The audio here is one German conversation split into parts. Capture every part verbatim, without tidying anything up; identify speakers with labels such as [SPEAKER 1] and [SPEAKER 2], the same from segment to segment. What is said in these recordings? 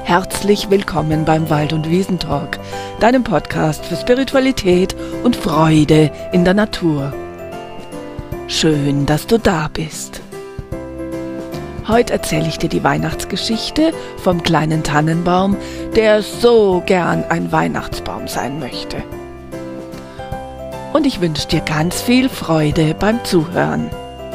[SPEAKER 1] Herzlich willkommen beim Wald- und Wiesentalk, deinem Podcast für Spiritualität und Freude in der Natur. Schön, dass du da bist. Heute erzähle ich dir die Weihnachtsgeschichte vom kleinen Tannenbaum, der so gern ein Weihnachtsbaum sein möchte. Und ich wünsche dir ganz viel Freude beim Zuhören.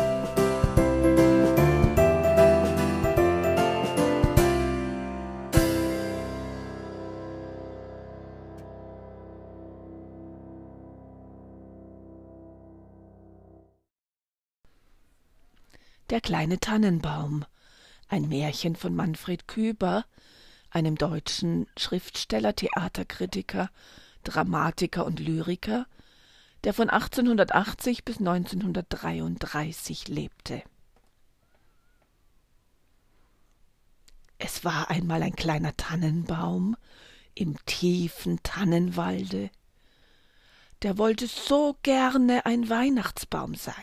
[SPEAKER 1] Der kleine Tannenbaum, ein Märchen von Manfred Küber, einem deutschen Schriftsteller, Theaterkritiker, Dramatiker und Lyriker, der von achtzehnhundertachtzig bis neunzehnhundertdreiunddreißig lebte. Es war einmal ein kleiner Tannenbaum im tiefen Tannenwalde, der wollte so gerne ein Weihnachtsbaum sein.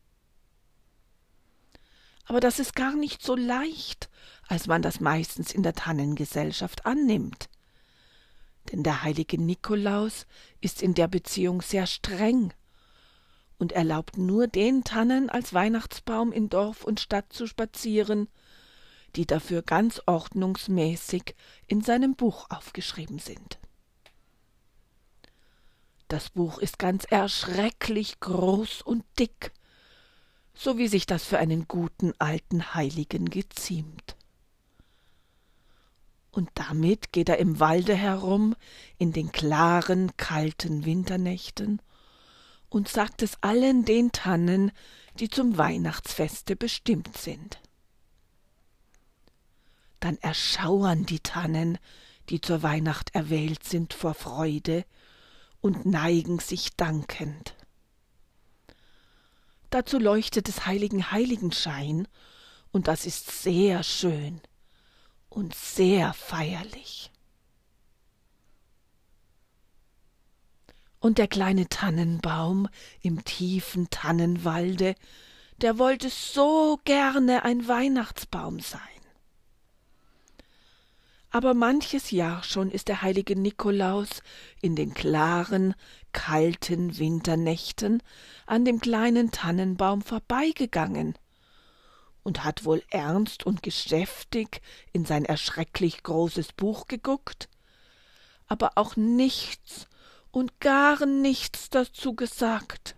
[SPEAKER 1] Aber das ist gar nicht so leicht, als man das meistens in der Tannengesellschaft annimmt. Denn der heilige Nikolaus ist in der Beziehung sehr streng und erlaubt nur den Tannen als Weihnachtsbaum in Dorf und Stadt zu spazieren, die dafür ganz ordnungsmäßig in seinem Buch aufgeschrieben sind. Das Buch ist ganz erschrecklich groß und dick, so wie sich das für einen guten alten Heiligen geziemt. Und damit geht er im Walde herum in den klaren, kalten Winternächten und sagt es allen den Tannen, die zum Weihnachtsfeste bestimmt sind. Dann erschauern die Tannen, die zur Weihnacht erwählt sind, vor Freude und neigen sich dankend. Dazu leuchtet des heiligen Heiligenschein, und das ist sehr schön und sehr feierlich. Und der kleine Tannenbaum im tiefen Tannenwalde, der wollte so gerne ein Weihnachtsbaum sein. Aber manches Jahr schon ist der heilige Nikolaus in den klaren, kalten Winternächten an dem kleinen Tannenbaum vorbeigegangen und hat wohl ernst und geschäftig in sein erschrecklich großes Buch geguckt, aber auch nichts und gar nichts dazu gesagt.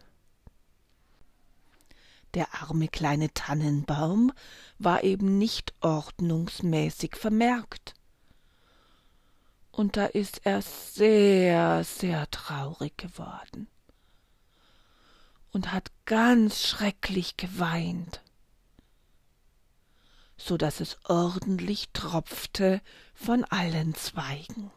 [SPEAKER 1] Der arme kleine Tannenbaum war eben nicht ordnungsmäßig vermerkt. Und da ist er sehr, sehr traurig geworden und hat ganz schrecklich geweint, so daß es ordentlich tropfte von allen Zweigen.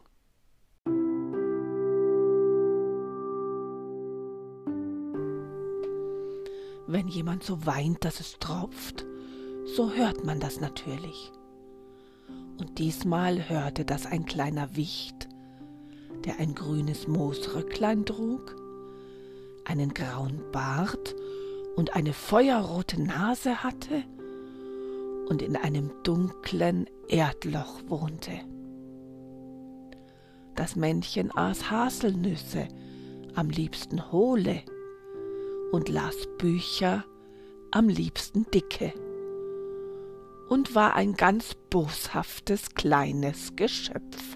[SPEAKER 1] Wenn jemand so weint, dass es tropft, so hört man das natürlich. Und diesmal hörte das ein kleiner Wicht, der ein grünes Moosröcklein trug, einen grauen Bart und eine feuerrote Nase hatte und in einem dunklen Erdloch wohnte. Das Männchen aß Haselnüsse, am liebsten hohle, und las Bücher, am liebsten dicke, und war ein ganz boshaftes kleines Geschöpf.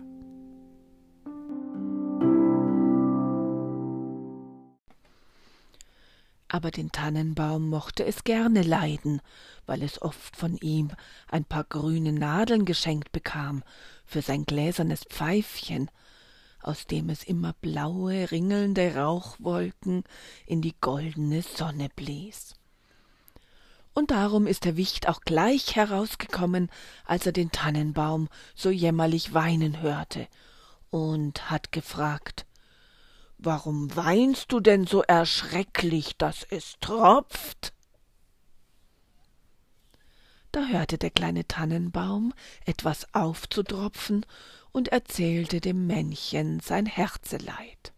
[SPEAKER 1] Aber den Tannenbaum mochte es gerne leiden, weil es oft von ihm ein paar grüne Nadeln geschenkt bekam für sein gläsernes Pfeifchen, aus dem es immer blaue, ringelnde Rauchwolken in die goldene Sonne blies. Und darum ist der Wicht auch gleich herausgekommen, als er den Tannenbaum so jämmerlich weinen hörte, und hat gefragt: »Warum weinst du denn so erschrecklich, dass es tropft?« Da hörte der kleine Tannenbaum etwas aufzutropfen und erzählte dem Männchen sein Herzeleid.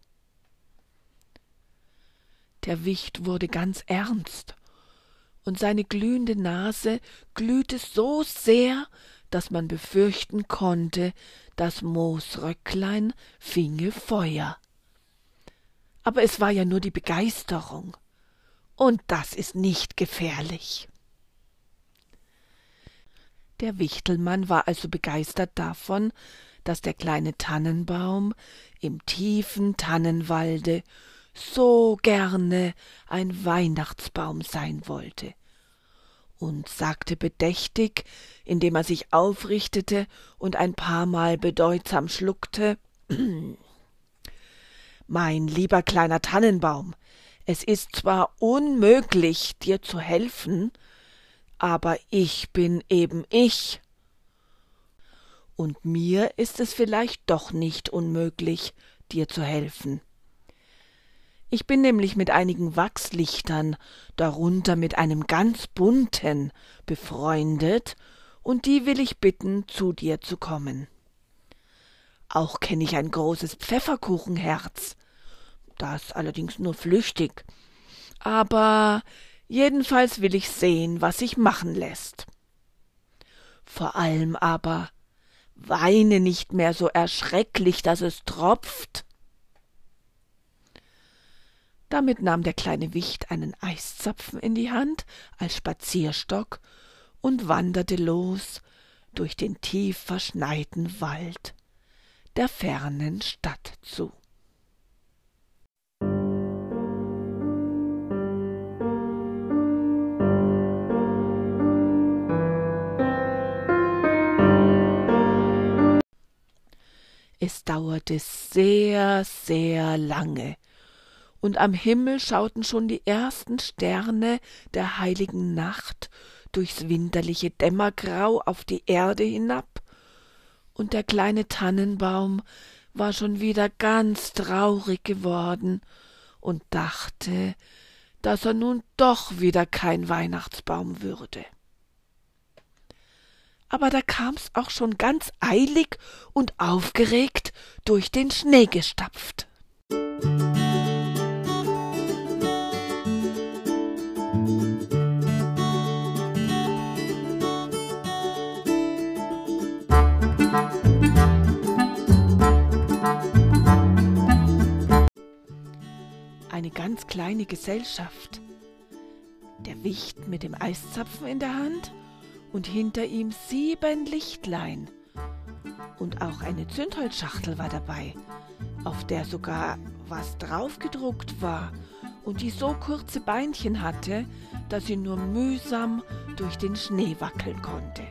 [SPEAKER 1] Der Wicht wurde ganz ernst, und seine glühende Nase glühte so sehr, dass man befürchten konnte, das Moosröcklein finge Feuer. Aber es war ja nur die Begeisterung, und das ist nicht gefährlich. Der Wichtelmann war also begeistert davon, dass der kleine Tannenbaum im tiefen Tannenwalde so gerne ein Weihnachtsbaum sein wollte, und sagte bedächtig, indem er sich aufrichtete und ein paarmal bedeutsam schluckte: »Mein lieber kleiner Tannenbaum, es ist zwar unmöglich, dir zu helfen, aber ich bin eben ich. Und mir ist es vielleicht doch nicht unmöglich, dir zu helfen. Ich bin nämlich mit einigen Wachslichtern, darunter mit einem ganz bunten, befreundet, und die will ich bitten, zu dir zu kommen. Auch kenne ich ein großes Pfefferkuchenherz, das allerdings nur flüchtig, aber jedenfalls will ich sehen, was sich machen lässt. Vor allem aber weine nicht mehr so erschrecklich, dass es tropft.« Damit nahm der kleine Wicht einen Eiszapfen in die Hand als Spazierstock und wanderte los durch den tief verschneiten Wald der fernen Stadt zu. Es dauerte sehr, sehr lange, und am Himmel schauten schon die ersten Sterne der heiligen Nacht durchs winterliche Dämmergrau auf die Erde hinab, und der kleine Tannenbaum war schon wieder ganz traurig geworden und dachte, dass er nun doch wieder kein Weihnachtsbaum würde. Aber da kam's auch schon ganz eilig und aufgeregt durch den Schnee gestapft. Eine ganz kleine Gesellschaft. Der Wicht mit dem Eiszapfen in der Hand und hinter ihm sieben Lichtlein. Und auch eine Zündholzschachtel war dabei, auf der sogar was draufgedruckt war und die so kurze Beinchen hatte, dass sie nur mühsam durch den Schnee wackeln konnte.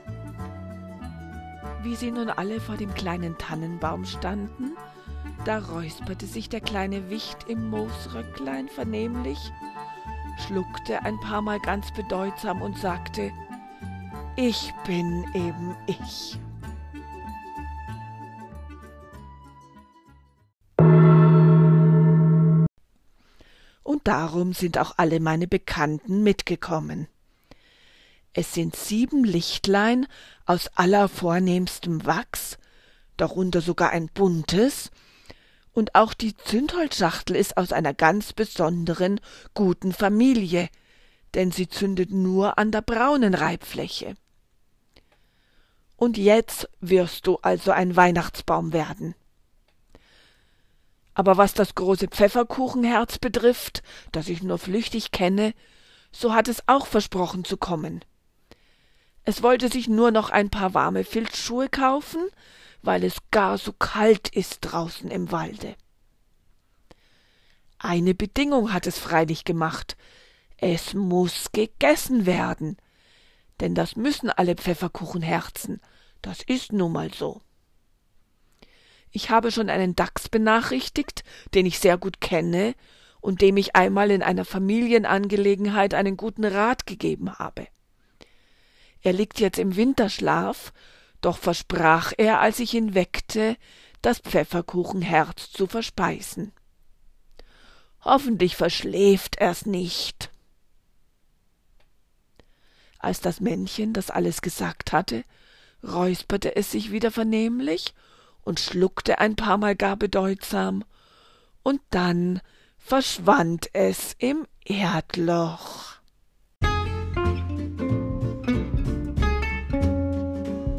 [SPEAKER 1] Wie sie nun alle vor dem kleinen Tannenbaum standen, da räusperte sich der kleine Wicht im Moosröcklein vernehmlich, schluckte ein paar Mal ganz bedeutsam und sagte: »Ich bin eben ich.« Und darum sind auch alle meine Bekannten mitgekommen. Es sind sieben Lichtlein aus allervornehmstem Wachs, darunter sogar ein buntes, und auch die Zündholzschachtel ist aus einer ganz besonderen, guten Familie, denn sie zündet nur an der braunen Reibfläche. Und jetzt wirst du also ein Weihnachtsbaum werden. Aber was das große Pfefferkuchenherz betrifft, das ich nur flüchtig kenne, so hat es auch versprochen zu kommen. Es wollte sich nur noch ein paar warme Filzschuhe kaufen, weil es gar so kalt ist draußen im Walde. Eine Bedingung hat es freilich gemacht: es muß gegessen werden, denn das müssen alle Pfefferkuchenherzen, das ist nun mal so. Ich habe schon einen Dachs benachrichtigt, den ich sehr gut kenne und dem ich einmal in einer Familienangelegenheit einen guten Rat gegeben habe. Er liegt jetzt im Winterschlaf, doch versprach er, als ich ihn weckte, das Pfefferkuchenherz zu verspeisen. Hoffentlich verschläft er's nicht. Als das Männchen das alles gesagt hatte, räusperte es sich wieder vernehmlich und schluckte ein paar Mal gar bedeutsam, und dann verschwand es im Erdloch.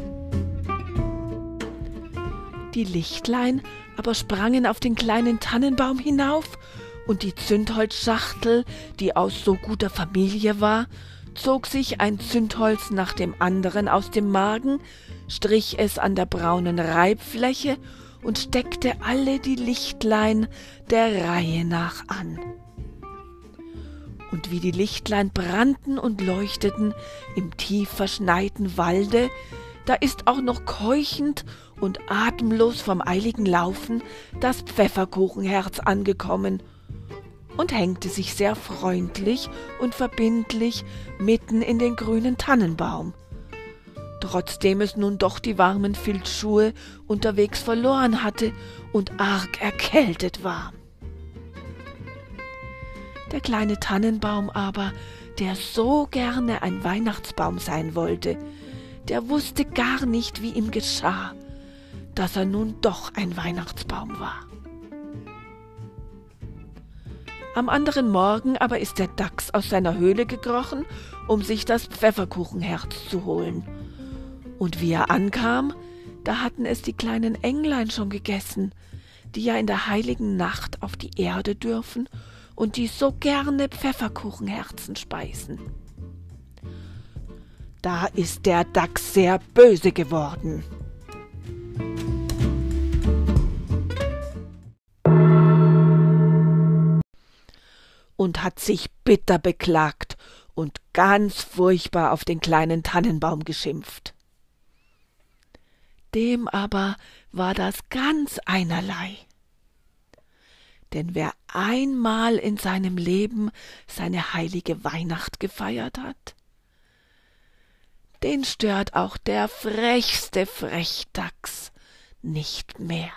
[SPEAKER 1] Die Lichtlein aber sprangen auf den kleinen Tannenbaum hinauf, und die Zündholzschachtel, die aus so guter Familie war, zog sich ein Zündholz nach dem anderen aus dem Magen, strich es an der braunen Reibfläche und steckte alle die Lichtlein der Reihe nach an. Und wie die Lichtlein brannten und leuchteten im tief verschneiten Walde, da ist auch noch keuchend und atemlos vom eiligen Laufen das Pfefferkuchenherz angekommen und hängte sich sehr freundlich und verbindlich mitten in den grünen Tannenbaum, trotzdem es nun doch die warmen Filzschuhe unterwegs verloren hatte und arg erkältet war. Der kleine Tannenbaum aber, der so gerne ein Weihnachtsbaum sein wollte, der wusste gar nicht, wie ihm geschah, dass er nun doch ein Weihnachtsbaum war. Am anderen Morgen aber ist der Dachs aus seiner Höhle gekrochen, um sich das Pfefferkuchenherz zu holen. Und wie er ankam, da hatten es die kleinen Englein schon gegessen, die ja in der heiligen Nacht auf die Erde dürfen und die so gerne Pfefferkuchenherzen speisen. Da ist der Dachs sehr böse geworden. Und hat sich bitter beklagt und ganz furchtbar auf den kleinen Tannenbaum geschimpft. Dem aber war das ganz einerlei. Denn wer einmal in seinem Leben seine heilige Weihnacht gefeiert hat, den stört auch der frechste Frechdachs nicht mehr.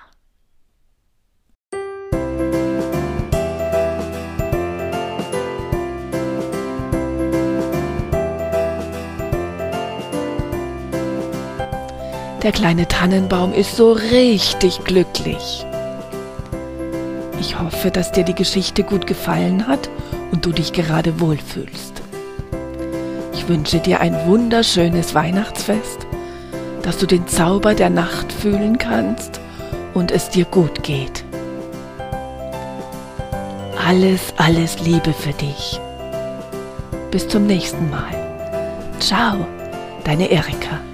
[SPEAKER 1] Der kleine Tannenbaum ist so richtig glücklich. Ich hoffe, dass dir die Geschichte gut gefallen hat und du dich gerade wohlfühlst. Ich wünsche dir ein wunderschönes Weihnachtsfest, dass du den Zauber der Nacht fühlen kannst und es dir gut geht. Alles, alles Liebe für dich. Bis zum nächsten Mal. Ciao, deine Erika.